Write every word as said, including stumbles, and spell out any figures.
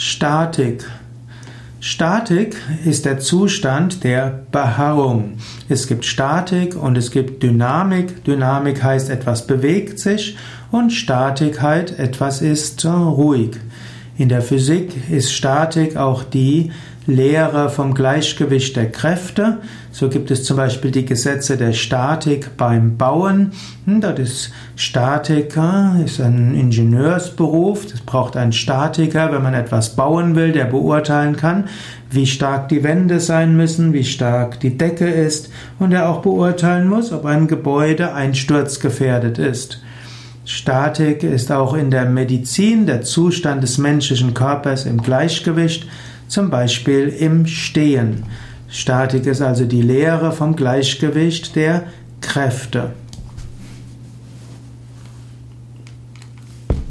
Statik. Statik ist der Zustand der Beharrung. Es gibt Statik und es gibt Dynamik. Dynamik heißt, etwas bewegt sich, und Statik heißt, etwas ist ruhig. In der Physik ist Statik auch die Lehre vom Gleichgewicht der Kräfte. So gibt es zum Beispiel die Gesetze der Statik beim Bauen. Dort ist Statiker, ist ein Ingenieursberuf. Es braucht einen Statiker, wenn man etwas bauen will, der beurteilen kann, wie stark die Wände sein müssen, wie stark die Decke ist, und der auch beurteilen muss, ob ein Gebäude einsturzgefährdet ist. Statik ist auch in der Medizin der Zustand des menschlichen Körpers im Gleichgewicht, zum Beispiel im Stehen. Statik ist also die Lehre vom Gleichgewicht der Kräfte.